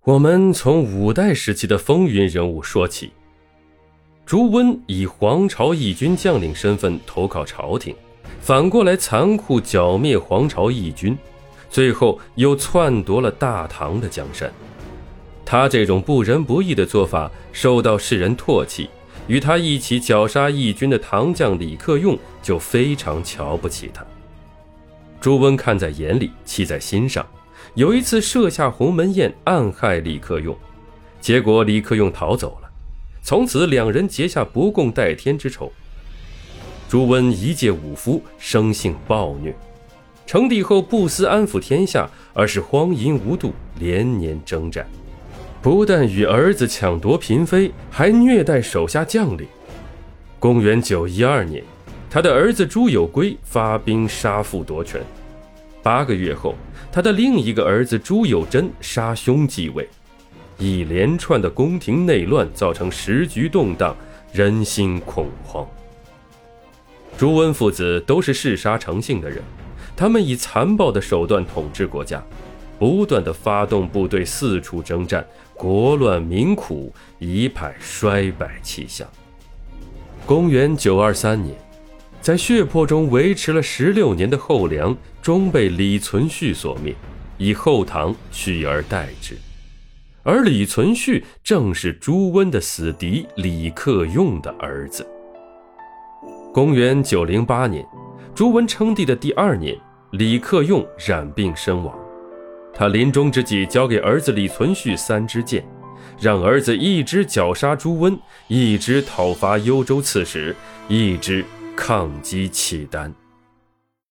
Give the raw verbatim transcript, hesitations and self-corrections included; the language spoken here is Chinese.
我们从五代时期的风云人物说起。朱温以黄巢义军将领身份投靠朝廷，反过来残酷剿灭黄巢义军，最后又篡夺了大唐的江山。他这种不仁不义的做法受到世人唾弃，与他一起绞杀义军的唐将李克用就非常瞧不起他。朱温看在眼里，气在心上，有一次设下鸿门宴暗害李克用，结果李克用逃走了，从此两人结下不共戴天之仇。朱温一介武夫，生性暴虐，成帝后不思安抚天下，而是荒淫无度，连年征战，不但与儿子抢夺嫔妃，还虐待手下将领。公元九一二年，他的儿子朱友圭发兵杀父夺权。八个月后，他的另一个儿子朱友贞杀兄继位。一连串的宫廷内乱造成时局动荡，人心恐慌。朱温父子都是嗜杀成性的人，他们以残暴的手段统治国家，不断地发动部队四处征战，国乱民苦，一派衰败气象。公元九二三年，在血泊中维持了十六年的后梁终被李存勖所灭，以后唐取而代之。而李存勖正是朱温的死敌李克用的儿子。公元九零八年，朱温称帝的第二年，李克用染病身亡。他临终之际交给儿子李存勖三支箭，让儿子一支绞杀朱温，一支讨伐幽州刺史，一支抗击契丹。